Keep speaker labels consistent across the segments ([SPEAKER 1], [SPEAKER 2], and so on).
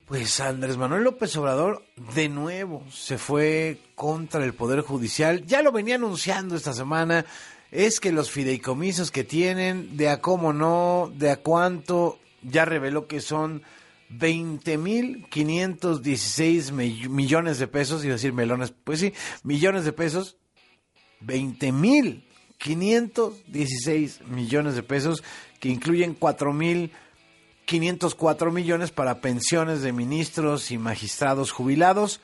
[SPEAKER 1] Pues Andrés Manuel López Obrador de nuevo se fue contra el Poder Judicial. Ya lo venía anunciando esta semana. Es que los fideicomisos que tienen, de a cómo no, de a cuánto, ya reveló que son 20,516 millones de pesos. Iba a decir melones, pues sí, millones de pesos. 20,516 millones de pesos, que incluyen 4,504 millones para pensiones de ministros y magistrados jubilados,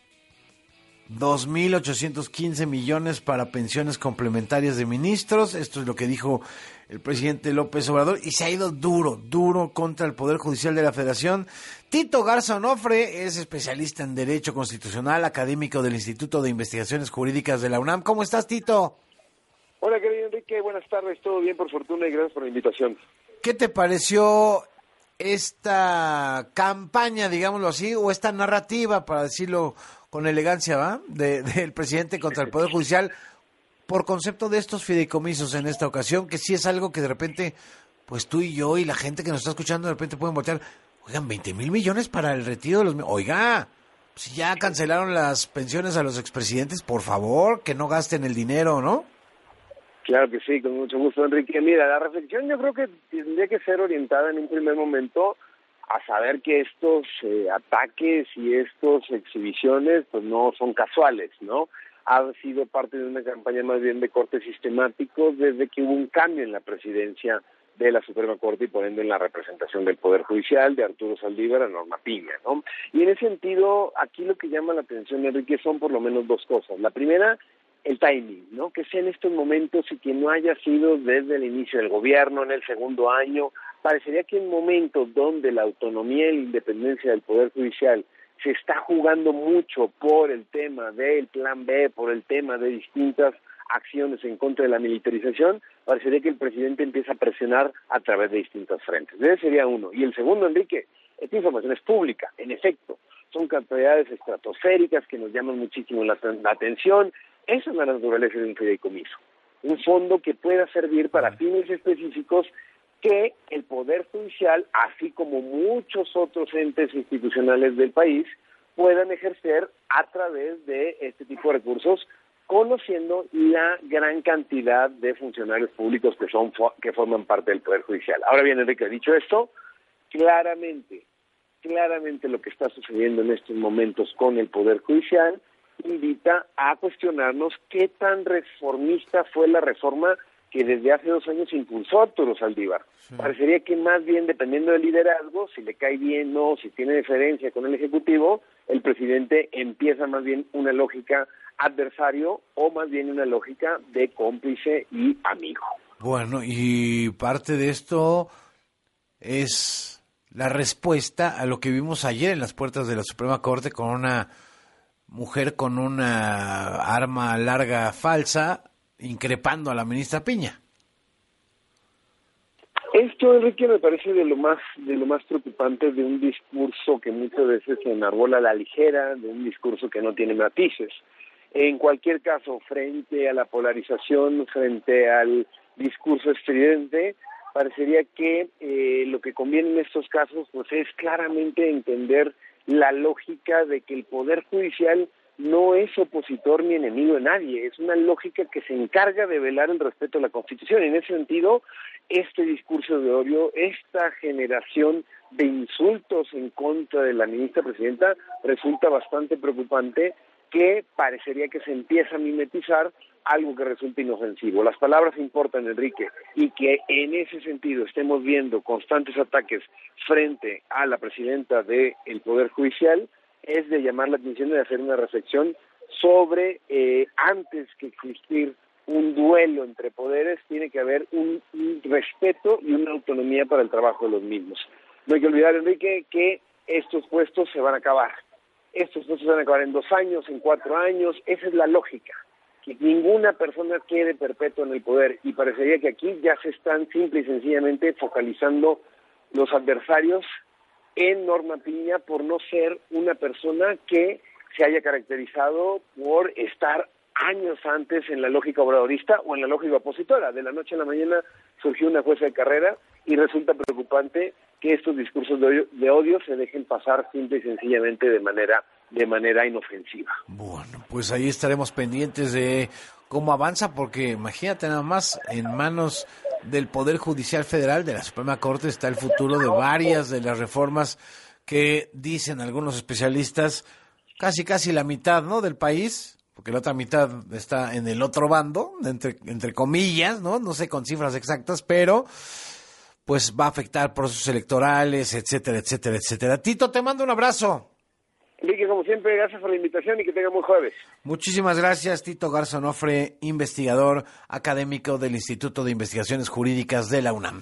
[SPEAKER 1] 2,815 millones para pensiones complementarias de ministros. Esto es lo que dijo el presidente López Obrador, y se ha ido duro contra el Poder Judicial de la Federación. Tito Garza Onofre es especialista en Derecho Constitucional, académico del Instituto de Investigaciones Jurídicas de la UNAM. ¿Cómo estás, Tito?
[SPEAKER 2] Hola, querido Enrique, buenas tardes, todo bien por fortuna y gracias por la invitación.
[SPEAKER 1] ¿Qué te pareció esta campaña, digámoslo así, o esta narrativa, para decirlo con elegancia, ¿va?, del presidente contra el Poder Judicial por concepto de estos fideicomisos en esta ocasión, que sí es algo que de repente, pues tú y yo y la gente que nos está escuchando de repente pueden voltear, oigan, 20,000 millones para el retiro de los... Oiga, si ya cancelaron las pensiones a los expresidentes, por favor, que no gasten el dinero, ¿no?
[SPEAKER 2] Claro que sí, con mucho gusto, Enrique. Mira, la reflexión yo creo que tendría que ser orientada en un primer momento a saber que estos ataques y estas exhibiciones pues no son casuales, ¿no? Ha sido parte de una campaña más bien de corte sistemático desde que hubo un cambio en la presidencia de la Suprema Corte y por ende en la representación del Poder Judicial, de Arturo Saldívar a Norma Piña, ¿no? Y en ese sentido, aquí lo que llama la atención, Enrique, son por lo menos dos cosas. La primera, el timing, ¿no? Que sea en estos momentos y que no haya sido desde el inicio del gobierno, en el segundo año. Parecería que en momentos donde la autonomía y la independencia del Poder Judicial se está jugando mucho por el tema del Plan B, por el tema de distintas acciones en contra de la militarización, parecería que el presidente empieza a presionar a través de distintos frentes. Ese sería uno. Y el segundo, Enrique, esta información es pública, en efecto. Son cantidades estratosféricas que nos llaman muchísimo la atención. Esa es la naturaleza de un fideicomiso. Un fondo que pueda servir para fines específicos que el Poder Judicial, así como muchos otros entes institucionales del país, puedan ejercer a través de este tipo de recursos, conociendo la gran cantidad de funcionarios públicos que forman parte del Poder Judicial. Ahora bien, Enrique, dicho esto, claramente lo que está sucediendo en estos momentos con el Poder Judicial invita a cuestionarnos qué tan reformista fue la reforma que desde hace 2 años impulsó Arturo Saldívar. Sí. Parecería que más bien, dependiendo del liderazgo, si le cae bien o no, si tiene diferencia con el Ejecutivo, el presidente empieza más bien una lógica adversario o más bien una lógica de cómplice y amigo.
[SPEAKER 1] Bueno, y parte de esto es la respuesta a lo que vimos ayer en las puertas de la Suprema Corte con una mujer con una arma larga falsa increpando a la ministra Piña.
[SPEAKER 2] Esto, Enrique, me parece de lo más preocupante de un discurso que muchas veces se enarbola a la ligera, de un discurso que no tiene matices. En cualquier caso, frente a la polarización, frente al discurso estridente, parecería que lo que conviene en estos casos pues es claramente entender la lógica de que el Poder Judicial no es opositor ni enemigo de nadie, es una lógica que se encarga de velar el respeto a la Constitución. En ese sentido, este discurso de odio, esta generación de insultos en contra de la ministra presidenta resulta bastante preocupante, que parecería que se empieza a mimetizar algo que resulta inofensivo. Las palabras importan, Enrique, y que en ese sentido estemos viendo constantes ataques frente a la presidenta del Poder Judicial es de llamar la atención y de hacer una reflexión sobre antes que existir un duelo entre poderes, tiene que haber un respeto y una autonomía para el trabajo de los mismos. No hay que olvidar, Enrique, que estos puestos se van a acabar. Estos puestos se van a acabar en 2 años, en 4 años. Esa es la lógica, que ninguna persona quede perpetua en el poder. Y parecería que aquí ya se están simple y sencillamente focalizando los adversarios en Norma Piña por no ser una persona que se haya caracterizado por estar años antes en la lógica obradorista o en la lógica opositora. De la noche a la mañana surgió una jueza de carrera y resulta preocupante que estos discursos de odio se dejen pasar simple y sencillamente de manera inofensiva.
[SPEAKER 1] Bueno, pues ahí estaremos pendientes de cómo avanza, porque imagínate nada más, en manos del Poder Judicial Federal, de la Suprema Corte, está el futuro de varias de las reformas que dicen algunos especialistas, casi la mitad, ¿no?, del país, porque la otra mitad está en el otro bando, entre comillas, no sé con cifras exactas, pero pues va a afectar procesos electorales, etcétera, etcétera, etcétera. Tito, te mando un abrazo.
[SPEAKER 2] Enrique, como siempre, gracias por la invitación y que tengan buen jueves.
[SPEAKER 1] Muchísimas gracias, Tito Garza Onofre, investigador académico del Instituto de Investigaciones Jurídicas de la UNAM.